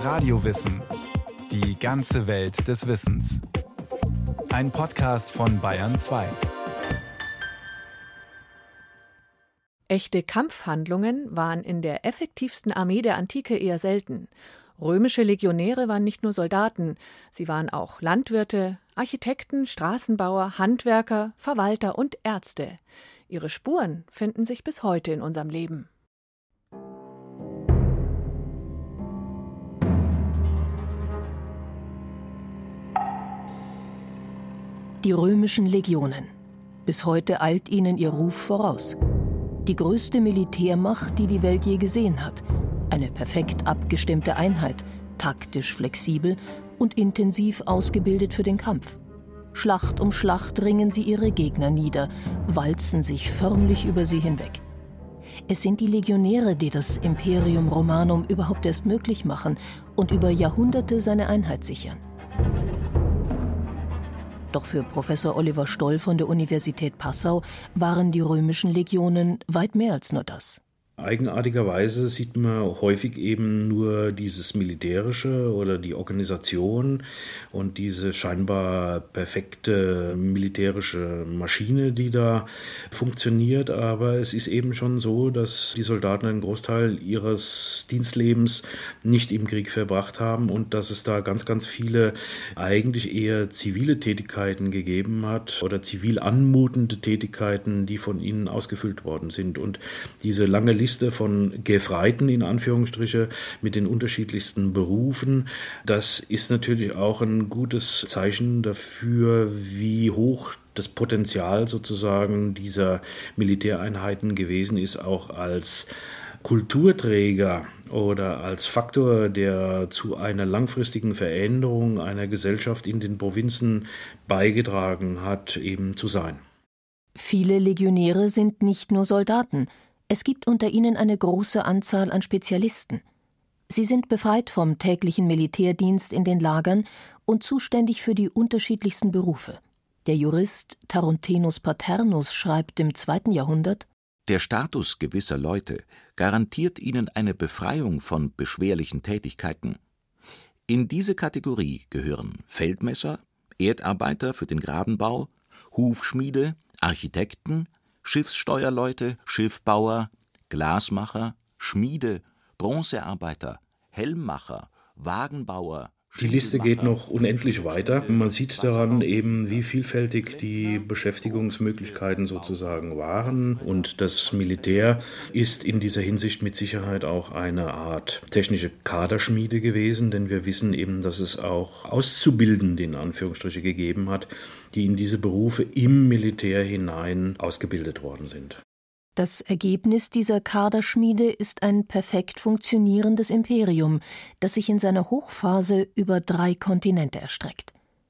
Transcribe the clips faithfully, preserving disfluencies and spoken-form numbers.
Radiowissen. Die ganze Welt des Wissens. Ein Podcast von Bayern zwei. Echte Kampfhandlungen waren in der effektivsten Armee der Antike eher selten. Römische Legionäre waren nicht nur Soldaten, sie waren auch Landwirte, Architekten, Straßenbauer, Handwerker, Verwalter und Ärzte. Ihre Spuren finden sich bis heute in unserem Leben. Die römischen Legionen. Bis heute eilt ihnen ihr Ruf voraus. Die größte Militärmacht, die die Welt je gesehen hat. Eine perfekt abgestimmte Einheit, taktisch flexibel und intensiv ausgebildet für den Kampf. Schlacht um Schlacht ringen sie ihre Gegner nieder, walzen sich förmlich über sie hinweg. Es sind die Legionäre, die das Imperium Romanum überhaupt erst möglich machen und über Jahrhunderte seine Einheit sichern. Doch für Professor Oliver Stoll von der Universität Passau waren die römischen Legionen weit mehr als nur das. Eigenartigerweise sieht man häufig eben nur dieses Militärische oder die Organisation und diese scheinbar perfekte militärische Maschine, die da funktioniert. Aber es ist eben schon so, dass die Soldaten einen Großteil ihres Dienstlebens nicht im Krieg verbracht haben und dass es da ganz, ganz viele eigentlich eher zivile Tätigkeiten gegeben hat oder zivil anmutende Tätigkeiten, die von ihnen ausgefüllt worden sind. Und diese lange Liste Liste von Gefreiten in Anführungsstriche mit den unterschiedlichsten Berufen. Das ist natürlich auch ein gutes Zeichen dafür, wie hoch das Potenzial sozusagen dieser Militäreinheiten gewesen ist, auch als Kulturträger oder als Faktor, der zu einer langfristigen Veränderung einer Gesellschaft in den Provinzen beigetragen hat, eben zu sein. Viele Legionäre sind nicht nur Soldaten. Es gibt unter ihnen eine große Anzahl an Spezialisten. Sie sind befreit vom täglichen Militärdienst in den Lagern und zuständig für die unterschiedlichsten Berufe. Der Jurist Taruntinus Paternus schreibt im zweiten Jahrhundert: Der Status gewisser Leute garantiert ihnen eine Befreiung von beschwerlichen Tätigkeiten. In diese Kategorie gehören Feldmesser, Erdarbeiter für den Grabenbau, Hufschmiede, Architekten, Schiffssteuerleute, Schiffbauer, Glasmacher, Schmiede, Bronzearbeiter, Helmmacher, Wagenbauer. Die Liste geht noch unendlich weiter. Man sieht daran eben, wie vielfältig die Beschäftigungsmöglichkeiten sozusagen waren. Und das Militär ist in dieser Hinsicht mit Sicherheit auch eine Art technische Kaderschmiede gewesen, denn wir wissen eben, dass es auch Auszubildende in Anführungsstriche gegeben hat, die in diese Berufe im Militär hinein ausgebildet worden sind. Das Ergebnis dieser Kaderschmiede ist ein perfekt funktionierendes Imperium, das sich in seiner Hochphase über drei Kontinente erstreckt.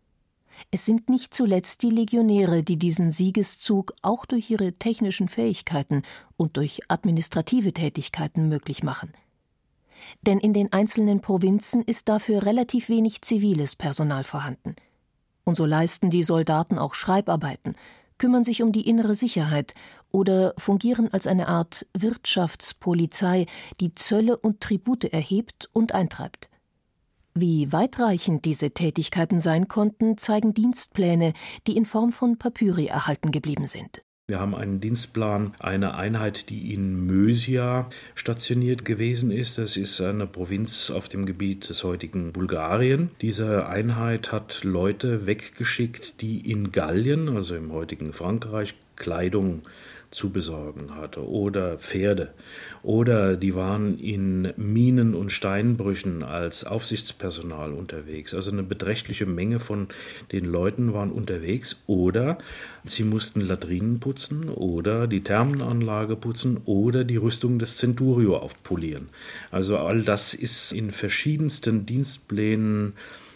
Es sind nicht zuletzt die Legionäre, die diesen Siegeszug auch durch ihre technischen Fähigkeiten und durch administrative Tätigkeiten möglich machen. Denn in den einzelnen Provinzen ist dafür relativ wenig ziviles Personal vorhanden. Und so leisten die Soldaten auch Schreibarbeiten, kümmern sich um die innere Sicherheit oder fungieren als eine Art Wirtschaftspolizei, die Zölle und Tribute erhebt und eintreibt. Wie weitreichend diese Tätigkeiten sein konnten, zeigen Dienstpläne, die in Form von Papyri erhalten geblieben sind. Wir haben einen Dienstplan einer Einheit, die in Mösia stationiert gewesen ist. Das ist eine Provinz auf dem Gebiet des heutigen Bulgarien. Diese Einheit hat Leute weggeschickt, die in Gallien, also im heutigen Frankreich, Kleidung zu besorgen hatte oder Pferde. Oder die waren in Minen und Steinbrüchen als Aufsichtspersonal unterwegs. Also eine beträchtliche Menge von den Leuten waren unterwegs. Oder sie mussten Latrinen putzen oder die Thermenanlage putzen oder die Rüstung des Centurio aufpolieren. Also all das ist in verschiedensten Dienstplänen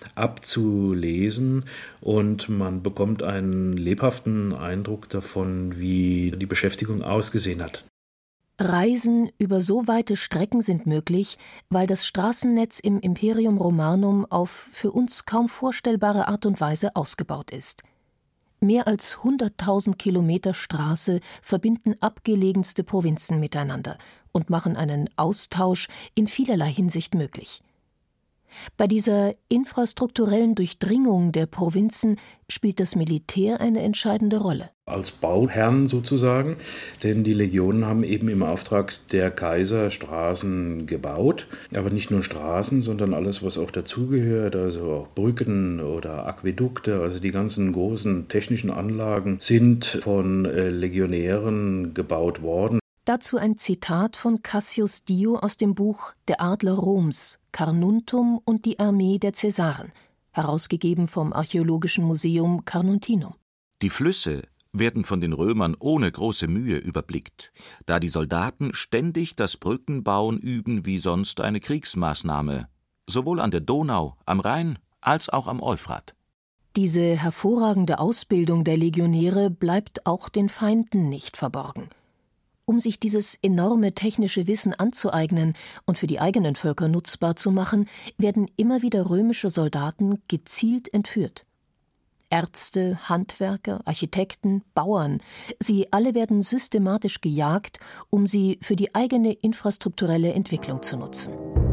abzulesen und man bekommt einen lebhaften Eindruck davon, wie die Beschäftigung ausgesehen hat. Reisen über so weite Strecken sind möglich, weil das Straßennetz im Imperium Romanum auf für uns kaum vorstellbare Art und Weise ausgebaut ist. Mehr als hunderttausend Kilometer Straße verbinden abgelegenste Provinzen miteinander und machen einen Austausch in vielerlei Hinsicht möglich. Bei dieser infrastrukturellen Durchdringung der Provinzen spielt das Militär eine entscheidende Rolle. Als Bauherren sozusagen, denn die Legionen haben eben im Auftrag der Kaiser Straßen gebaut, aber nicht nur Straßen, sondern alles, was auch dazugehört, also auch Brücken oder Aquädukte, also die ganzen großen technischen Anlagen sind von Legionären gebaut worden. Dazu ein Zitat von Cassius Dio aus dem Buch Der Adler Roms, Carnuntum und die Armee der Cäsaren, herausgegeben vom Archäologischen Museum Carnuntinum. Die Flüsse werden von den Römern ohne große Mühe überblickt, da die Soldaten ständig das Brückenbauen üben wie sonst eine Kriegsmaßnahme, sowohl an der Donau, am Rhein als auch am Euphrat. Diese hervorragende Ausbildung der Legionäre bleibt auch den Feinden nicht verborgen. Um sich dieses enorme technische Wissen anzueignen und für die eigenen Völker nutzbar zu machen, werden immer wieder römische Soldaten gezielt entführt. Ärzte, Handwerker, Architekten, Bauern, sie alle werden systematisch gejagt, um sie für die eigene infrastrukturelle Entwicklung zu nutzen.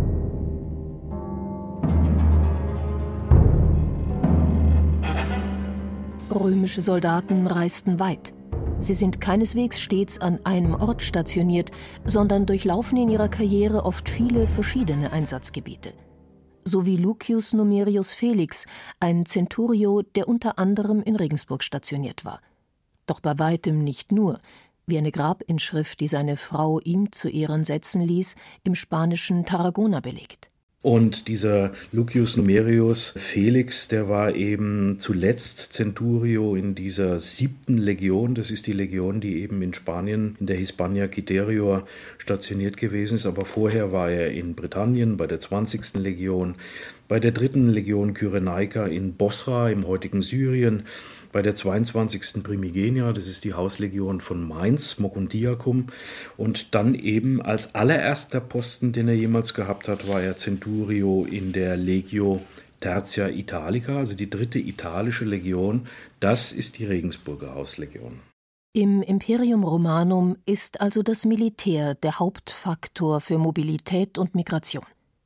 Römische Soldaten reisten weit. Sie sind keineswegs stets an einem Ort stationiert, sondern durchlaufen in ihrer Karriere oft viele verschiedene Einsatzgebiete. So wie Lucius Numerius Felix, ein Centurio, der unter anderem in Regensburg stationiert war. Doch bei weitem nicht nur, wie eine Grabinschrift, die seine Frau ihm zu Ehren setzen ließ, im spanischen Tarragona belegt. Und dieser Lucius Numerius Felix, der war eben zuletzt Centurio in dieser siebten Legion. Das ist die Legion, die eben in Spanien, in der Hispania Citerior stationiert gewesen ist. Aber vorher war er in Britannien bei der zwanzigsten Legion, bei der dritten Legion Kyrenaika in Bosra im heutigen Syrien, bei der zweiundzwanzigsten Primigenia, das ist die Hauslegion von Mainz, Mogontiacum. Und dann eben als allererster Posten, den er jemals gehabt hat, war er Centurio in der Legio Tertia Italica, also die dritte italische Legion. Das ist die Regensburger Hauslegion. Im Imperium Romanum ist also das Militär der Hauptfaktor für Mobilität und Migration.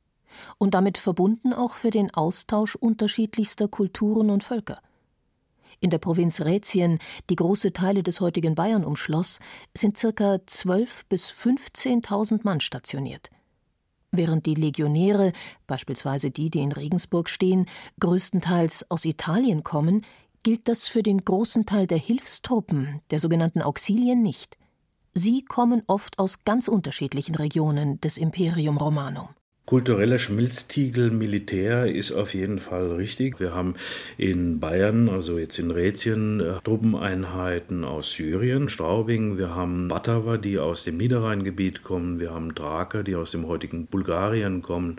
Und damit verbunden auch für den Austausch unterschiedlichster Kulturen und Völker. In der Provinz Rätien, die große Teile des heutigen Bayern umschloss, sind ca. zwölftausend bis fünfzehntausend Mann stationiert. Während die Legionäre, beispielsweise die, die in Regensburg stehen, größtenteils aus Italien kommen, gilt das für den großen Teil der Hilfstruppen, der sogenannten Auxilien, nicht. Sie kommen oft aus ganz unterschiedlichen Regionen des Imperium Romanum. Kultureller Schmilztiegel Militär ist auf jeden Fall richtig. Wir haben in Bayern, also jetzt in Rätien, Truppeneinheiten aus Syrien, Straubing. Wir haben Bataver, die aus dem Niederrheingebiet kommen. Wir haben Thraker, die aus dem heutigen Bulgarien kommen.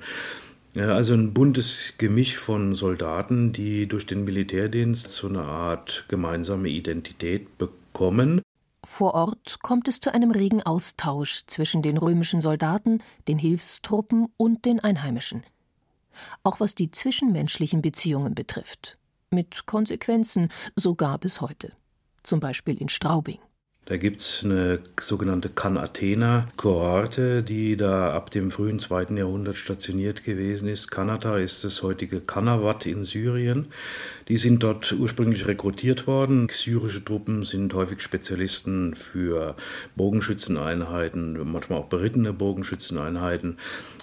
Also ein buntes Gemisch von Soldaten, die durch den Militärdienst so eine Art gemeinsame Identität bekommen. Vor Ort kommt es zu einem regen Austausch zwischen den römischen Soldaten, den Hilfstruppen und den Einheimischen. Auch was die zwischenmenschlichen Beziehungen betrifft. Mit Konsequenzen sogar bis heute. Zum Beispiel in Straubing. Da gibt es eine sogenannte Canatena-Kohorte, die da ab dem frühen zweiten Jahrhundert stationiert gewesen ist. Kanata ist das heutige Kanawat in Syrien. Die sind dort ursprünglich rekrutiert worden. Syrische Truppen sind häufig Spezialisten für Bogenschützeneinheiten, manchmal auch berittene Bogenschützeneinheiten.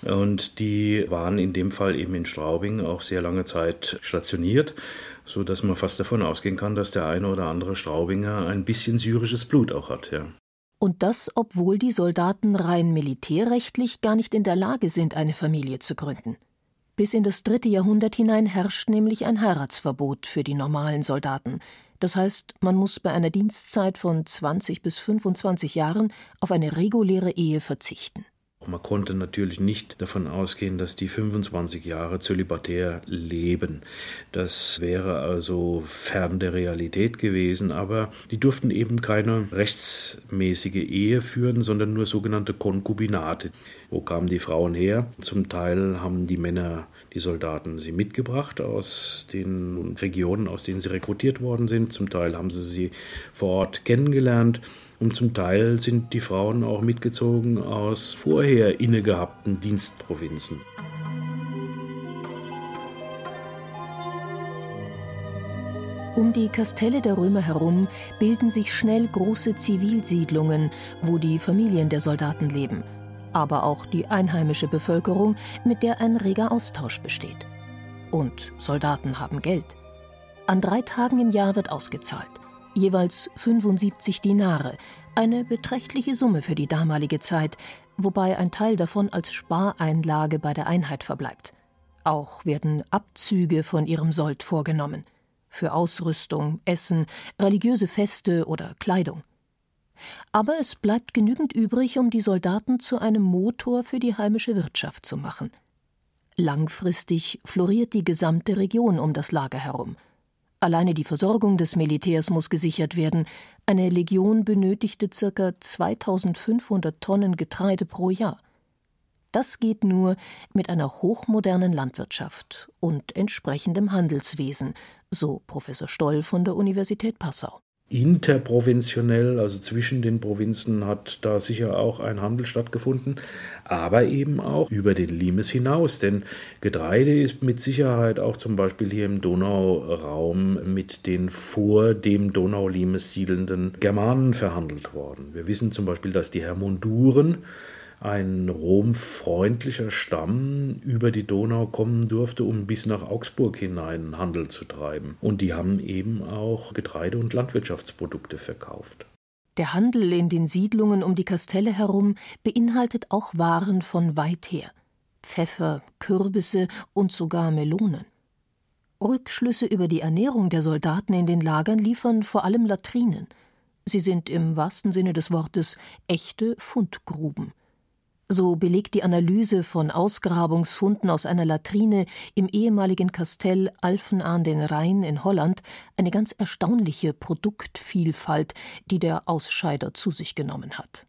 Und die waren in dem Fall eben in Straubing auch sehr lange Zeit stationiert, so dass man fast davon ausgehen kann, dass der eine oder andere Straubinger ein bisschen syrisches Blut auch hat, ja. Und das, obwohl die Soldaten rein militärrechtlich gar nicht in der Lage sind, eine Familie zu gründen. Bis in das dritte Jahrhundert hinein herrscht nämlich ein Heiratsverbot für die normalen Soldaten. Das heißt, man muss bei einer Dienstzeit von zwanzig bis fünfundzwanzig Jahren auf eine reguläre Ehe verzichten. Man konnte natürlich nicht davon ausgehen, dass die fünfundzwanzig Jahre zölibatär leben. Das wäre also fern der Realität gewesen, aber die durften eben keine rechtsmäßige Ehe führen, sondern nur sogenannte Konkubinate. Wo kamen die Frauen her? Zum Teil haben die Männer, die Soldaten, sie mitgebracht aus den Regionen, aus denen sie rekrutiert worden sind. Zum Teil haben sie sie vor Ort kennengelernt. Und zum Teil sind die Frauen auch mitgezogen aus vorher innegehabten Dienstprovinzen. Um die Kastelle der Römer herum bilden sich schnell große Zivilsiedlungen, wo die Familien der Soldaten leben, aber auch die einheimische Bevölkerung, mit der ein reger Austausch besteht. Und Soldaten haben Geld. An drei Tagen im Jahr wird ausgezahlt, jeweils fünfundsiebzig Dinare, eine beträchtliche Summe für die damalige Zeit, wobei ein Teil davon als Spareinlage bei der Einheit verbleibt. Auch werden Abzüge von ihrem Sold vorgenommen. Für Ausrüstung, Essen, religiöse Feste oder Kleidung. Aber es bleibt genügend übrig, um die Soldaten zu einem Motor für die heimische Wirtschaft zu machen. Langfristig floriert die gesamte Region um das Lager herum. Alleine die Versorgung des Militärs muss gesichert werden. Eine Legion benötigte ca. zweitausendfünfhundert Tonnen Getreide pro Jahr. Das geht nur mit einer hochmodernen Landwirtschaft und entsprechendem Handelswesen, so Professor Stoll von der Universität Passau. Interprovintionell, also zwischen den Provinzen, hat da sicher auch ein Handel stattgefunden, aber eben auch über den Limes hinaus, denn Getreide ist mit Sicherheit auch zum Beispiel hier im Donauraum mit den vor dem Donau-Limes siedelnden Germanen verhandelt worden. Wir wissen zum Beispiel, dass die Hermunduren, ein romfreundlicher Stamm, über die Donau kommen durfte, um bis nach Augsburg hinein Handel zu treiben. Und die haben eben auch Getreide und Landwirtschaftsprodukte verkauft. Der Handel in den Siedlungen um die Kastelle herum beinhaltet auch Waren von weit her. Pfeffer, Kürbisse und sogar Melonen. Rückschlüsse über die Ernährung der Soldaten in den Lagern liefern vor allem Latrinen. Sie sind im wahrsten Sinne des Wortes echte Fundgruben. So belegt die Analyse von Ausgrabungsfunden aus einer Latrine im ehemaligen Kastell Alphen aan den Rijn in Holland eine ganz erstaunliche Produktvielfalt, die der Ausscheider zu sich genommen hat.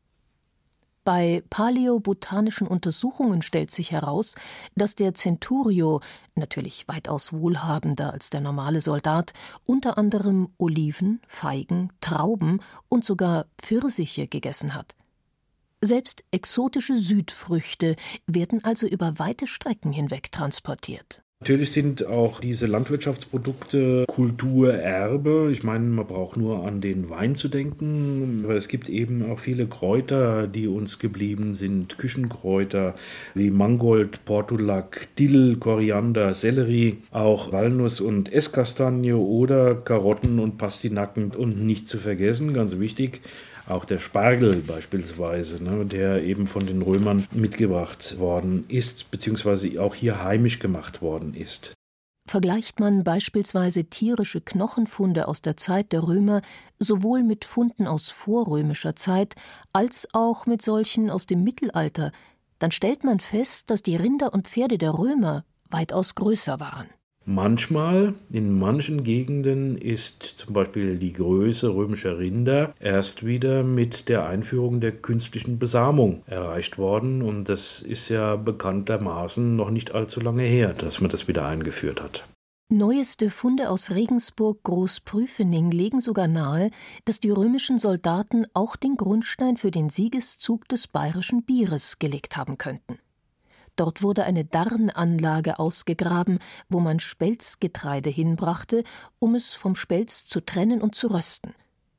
Bei paläobotanischen Untersuchungen stellt sich heraus, dass der Centurio, natürlich weitaus wohlhabender als der normale Soldat, unter anderem Oliven, Feigen, Trauben und sogar Pfirsiche gegessen hat. Selbst exotische Südfrüchte werden also über weite Strecken hinweg transportiert. Natürlich sind auch diese Landwirtschaftsprodukte Kulturerbe. Ich meine, man braucht nur an den Wein zu denken, weil es gibt eben auch viele Kräuter, die uns geblieben sind. Küchenkräuter wie Mangold, Portulak, Dill, Koriander, Sellerie, auch Walnuss und Esskastanie oder Karotten und Pastinaken. Und nicht zu vergessen, ganz wichtig, auch der Spargel beispielsweise, ne, der eben von den Römern mitgebracht worden ist, beziehungsweise auch hier heimisch gemacht worden ist. Vergleicht man beispielsweise tierische Knochenfunde aus der Zeit der Römer sowohl mit Funden aus vorrömischer Zeit als auch mit solchen aus dem Mittelalter, dann stellt man fest, dass die Rinder und Pferde der Römer weitaus größer waren. Manchmal, in manchen Gegenden, ist zum Beispiel die Größe römischer Rinder erst wieder mit der Einführung der künstlichen Besamung erreicht worden. Und das ist ja bekanntermaßen noch nicht allzu lange her, dass man das wieder eingeführt hat. Neueste Funde aus Regensburg Großprüfening legen sogar nahe, dass die römischen Soldaten auch den Grundstein für den Siegeszug des bayerischen Bieres gelegt haben könnten. Dort wurde eine Darnanlage ausgegraben, wo man Spelzgetreide hinbrachte, um es vom Spelz zu trennen und zu rösten.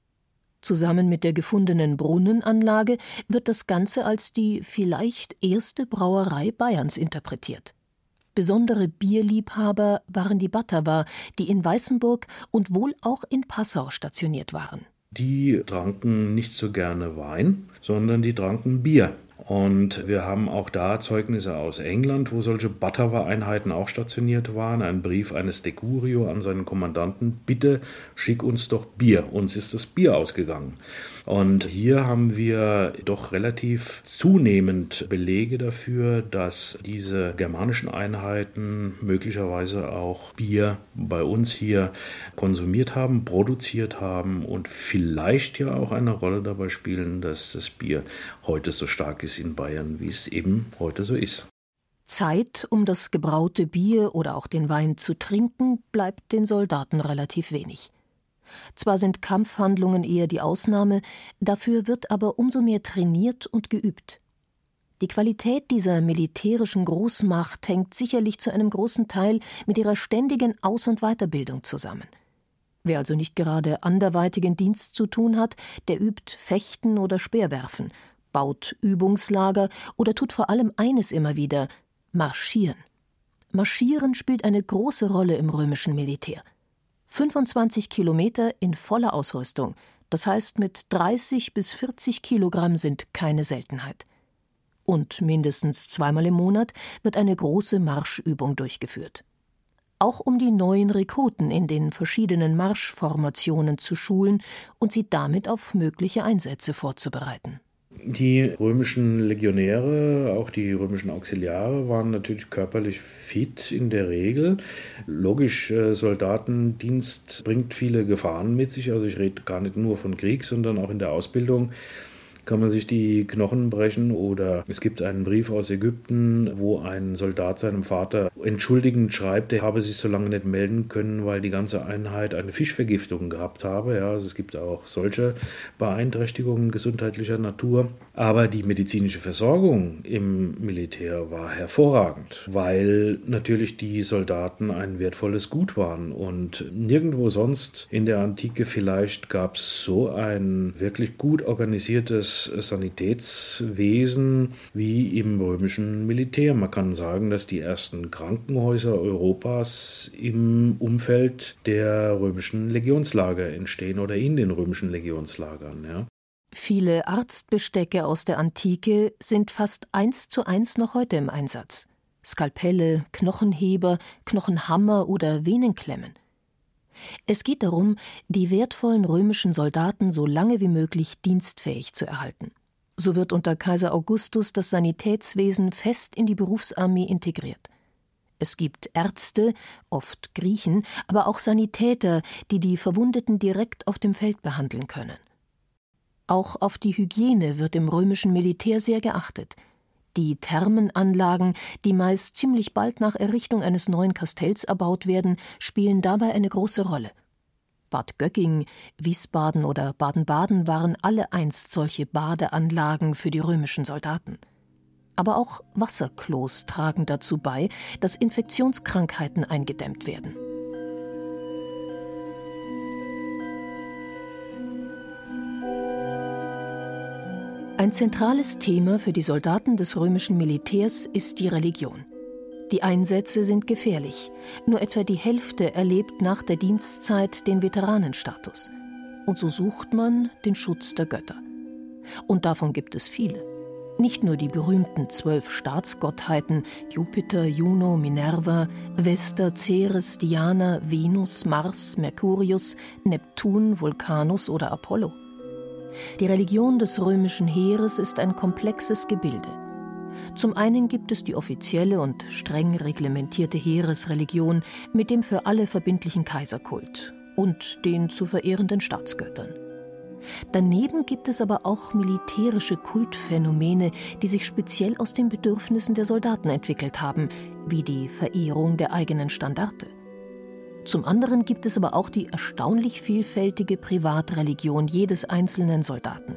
Zusammen mit der gefundenen Brunnenanlage wird das Ganze als die vielleicht erste Brauerei Bayerns interpretiert. Besondere Bierliebhaber waren die Bataver, die in Weißenburg und wohl auch in Passau stationiert waren. Die tranken nicht so gerne Wein, sondern die tranken Bier. Und wir haben auch da Zeugnisse aus England, wo solche Bataver-Einheiten auch stationiert waren. Ein Brief eines Decurio an seinen Kommandanten: Bitte schick uns doch Bier. Uns ist das Bier ausgegangen. Und hier haben wir doch relativ zunehmend Belege dafür, dass diese germanischen Einheiten möglicherweise auch Bier bei uns hier konsumiert haben, produziert haben und vielleicht ja auch eine Rolle dabei spielen, dass das Bier heute so stark ist in Bayern, wie es eben heute so ist. Zeit, um das gebraute Bier oder auch den Wein zu trinken, bleibt den Soldaten relativ wenig. Zwar sind Kampfhandlungen eher die Ausnahme, dafür wird aber umso mehr trainiert und geübt. Die Qualität dieser militärischen Großmacht hängt sicherlich zu einem großen Teil mit ihrer ständigen Aus- und Weiterbildung zusammen. Wer also nicht gerade anderweitigen Dienst zu tun hat, der übt Fechten oder Speerwerfen, baut Übungslager oder tut vor allem eines immer wieder: marschieren. Marschieren spielt eine große Rolle im römischen Militär. fünfundzwanzig Kilometer in voller Ausrüstung, das heißt mit dreißig bis vierzig Kilogramm, sind keine Seltenheit. Und mindestens zweimal im Monat wird eine große Marschübung durchgeführt. Auch um die neuen Rekruten in den verschiedenen Marschformationen zu schulen und sie damit auf mögliche Einsätze vorzubereiten. Die römischen Legionäre, auch die römischen Auxiliare, waren natürlich körperlich fit in der Regel. Logisch, Soldatendienst bringt viele Gefahren mit sich. Also ich rede gar nicht nur von Krieg, sondern auch in der Ausbildung kann man sich die Knochen brechen. Oder es gibt einen Brief aus Ägypten, wo ein Soldat seinem Vater entschuldigend schreibt, er habe sich so lange nicht melden können, weil die ganze Einheit eine Fischvergiftung gehabt habe. Ja, also es gibt auch solche Beeinträchtigungen gesundheitlicher Natur. Aber die medizinische Versorgung im Militär war hervorragend, weil natürlich die Soldaten ein wertvolles Gut waren. Und nirgendwo sonst in der Antike vielleicht gab es so ein wirklich gut organisiertes Sanitätswesen wie im römischen Militär. Man kann sagen, dass die ersten Krankenhäuser Europas im Umfeld der römischen Legionslager entstehen oder in den römischen Legionslagern. Ja. Viele Arztbestecke aus der Antike sind fast eins zu eins noch heute im Einsatz. Skalpelle, Knochenheber, Knochenhammer oder Venenklemmen. Es geht darum, die wertvollen römischen Soldaten so lange wie möglich dienstfähig zu erhalten. So wird unter Kaiser Augustus das Sanitätswesen fest in die Berufsarmee integriert. Es gibt Ärzte, oft Griechen, aber auch Sanitäter, die die Verwundeten direkt auf dem Feld behandeln können. Auch auf die Hygiene wird im römischen Militär sehr geachtet. Die Thermenanlagen, die meist ziemlich bald nach Errichtung eines neuen Kastells erbaut werden, spielen dabei eine große Rolle. Bad Gögging, Wiesbaden oder Baden-Baden waren alle einst solche Badeanlagen für die römischen Soldaten. Aber auch Wasserklos tragen dazu bei, dass Infektionskrankheiten eingedämmt werden. Ein zentrales Thema für die Soldaten des römischen Militärs ist die Religion. Die Einsätze sind gefährlich. Nur etwa die Hälfte erlebt nach der Dienstzeit den Veteranenstatus. Und so sucht man den Schutz der Götter. Und davon gibt es viele. Nicht nur die berühmten zwölf Staatsgottheiten Jupiter, Juno, Minerva, Vesta, Ceres, Diana, Venus, Mars, Mercurius, Neptun, Vulcanus oder Apollo. Die Religion des römischen Heeres ist ein komplexes Gebilde. Zum einen gibt es die offizielle und streng reglementierte Heeresreligion mit dem für alle verbindlichen Kaiserkult und den zu verehrenden Staatsgöttern. Daneben gibt es aber auch militärische Kultphänomene, die sich speziell aus den Bedürfnissen der Soldaten entwickelt haben, wie die Verehrung der eigenen Standarte. Zum anderen gibt es aber auch die erstaunlich vielfältige Privatreligion jedes einzelnen Soldaten.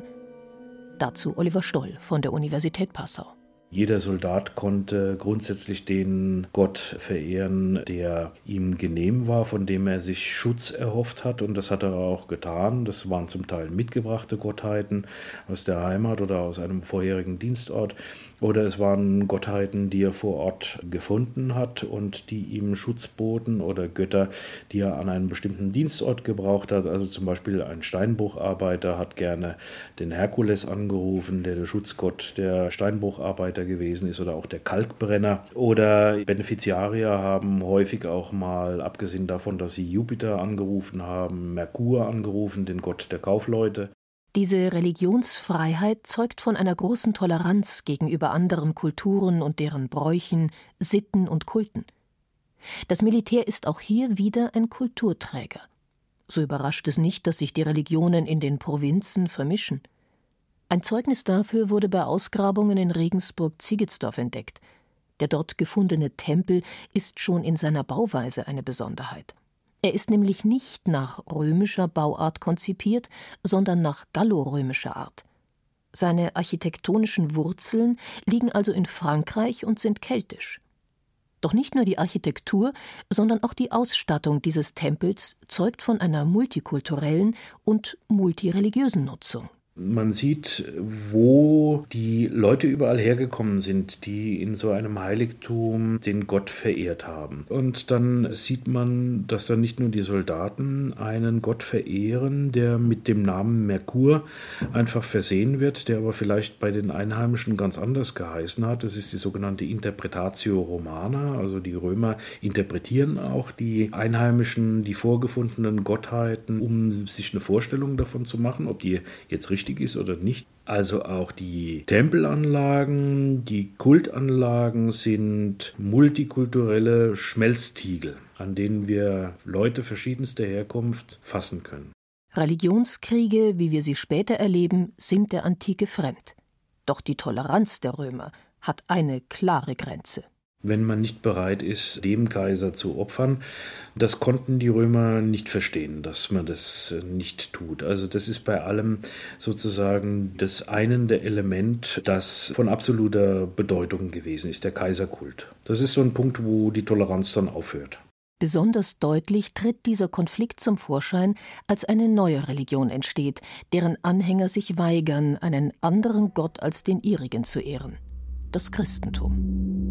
Dazu Oliver Stoll von der Universität Passau. Jeder Soldat konnte grundsätzlich den Gott verehren, der ihm genehm war, von dem er sich Schutz erhofft hat. Und das hat er auch getan. Das waren zum Teil mitgebrachte Gottheiten aus der Heimat oder aus einem vorherigen Dienstort. Oder es waren Gottheiten, die er vor Ort gefunden hat und die ihm Schutz boten, oder Götter, die er an einem bestimmten Dienstort gebraucht hat. Also zum Beispiel ein Steinbrucharbeiter hat gerne den Herkules angerufen, der der Schutzgott der Steinbrucharbeiter gewesen ist, oder auch der Kalkbrenner. Oder Beneficiarier haben häufig auch mal, abgesehen davon, dass sie Jupiter angerufen haben, Merkur angerufen, den Gott der Kaufleute. Diese Religionsfreiheit zeugt von einer großen Toleranz gegenüber anderen Kulturen und deren Bräuchen, Sitten und Kulten. Das Militär ist auch hier wieder ein Kulturträger. So überrascht es nicht, dass sich die Religionen in den Provinzen vermischen. Ein Zeugnis dafür wurde bei Ausgrabungen in Regensburg-Ziegesdorf entdeckt. Der dort gefundene Tempel ist schon in seiner Bauweise eine Besonderheit. Er ist nämlich nicht nach römischer Bauart konzipiert, sondern nach gallorömischer Art. Seine architektonischen Wurzeln liegen also in Frankreich und sind keltisch. Doch nicht nur die Architektur, sondern auch die Ausstattung dieses Tempels zeugt von einer multikulturellen und multireligiösen Nutzung. Man sieht, wo die Leute überall hergekommen sind, die in so einem Heiligtum den Gott verehrt haben. Und dann sieht man, dass dann nicht nur die Soldaten einen Gott verehren, der mit dem Namen Merkur einfach versehen wird, der aber vielleicht bei den Einheimischen ganz anders geheißen hat. Das ist die sogenannte Interpretatio Romana, also die Römer interpretieren auch die Einheimischen, die vorgefundenen Gottheiten, um sich eine Vorstellung davon zu machen, ob die jetzt richtig ist oder nicht. Also auch die Tempelanlagen, die Kultanlagen sind multikulturelle Schmelztiegel, an denen wir Leute verschiedenster Herkunft fassen können. Religionskriege, wie wir sie später erleben, sind der Antike fremd. Doch die Toleranz der Römer hat eine klare Grenze. Wenn man nicht bereit ist, dem Kaiser zu opfern, das konnten die Römer nicht verstehen, dass man das nicht tut. Also das ist bei allem sozusagen das einende Element, das von absoluter Bedeutung gewesen ist, der Kaiserkult. Das ist so ein Punkt, wo die Toleranz dann aufhört. Besonders deutlich tritt dieser Konflikt zum Vorschein, als eine neue Religion entsteht, deren Anhänger sich weigern, einen anderen Gott als den ihrigen zu ehren: das Christentum.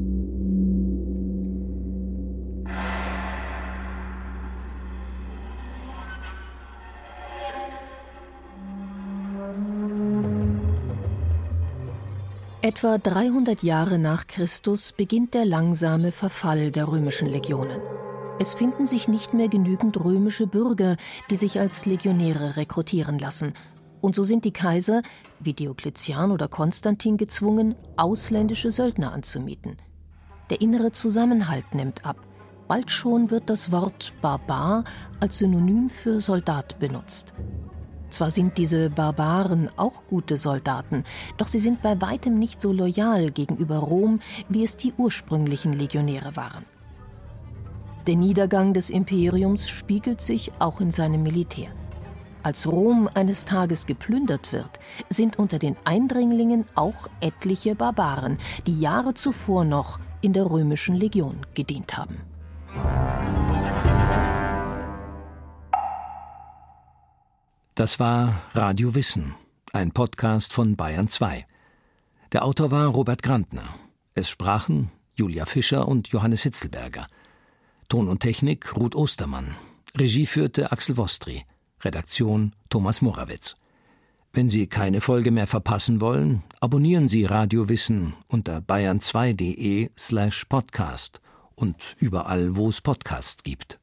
Etwa dreihundert Jahre nach Christus beginnt der langsame Verfall der römischen Legionen. Es finden sich nicht mehr genügend römische Bürger, die sich als Legionäre rekrutieren lassen. Und so sind die Kaiser, wie Diokletian oder Konstantin, gezwungen, ausländische Söldner anzumieten. Der innere Zusammenhalt nimmt ab. Bald schon wird das Wort Barbar als Synonym für Soldat benutzt. Zwar sind diese Barbaren auch gute Soldaten, doch sie sind bei weitem nicht so loyal gegenüber Rom, wie es die ursprünglichen Legionäre waren. Der Niedergang des Imperiums spiegelt sich auch in seinem Militär. Als Rom eines Tages geplündert wird, sind unter den Eindringlingen auch etliche Barbaren, die Jahre zuvor noch in der römischen Legion gedient haben. Das war Radio Wissen, ein Podcast von Bayern zwei. Der Autor war Robert Grantner. Es sprachen Julia Fischer und Johannes Hitzelberger. Ton und Technik Ruth Ostermann. Regie führte Axel Wostri. Redaktion Thomas Morawitz. Wenn Sie keine Folge mehr verpassen wollen, abonnieren Sie Radio Wissen unter bayern zwei punkt de slash podcast und überall, wo es Podcasts gibt.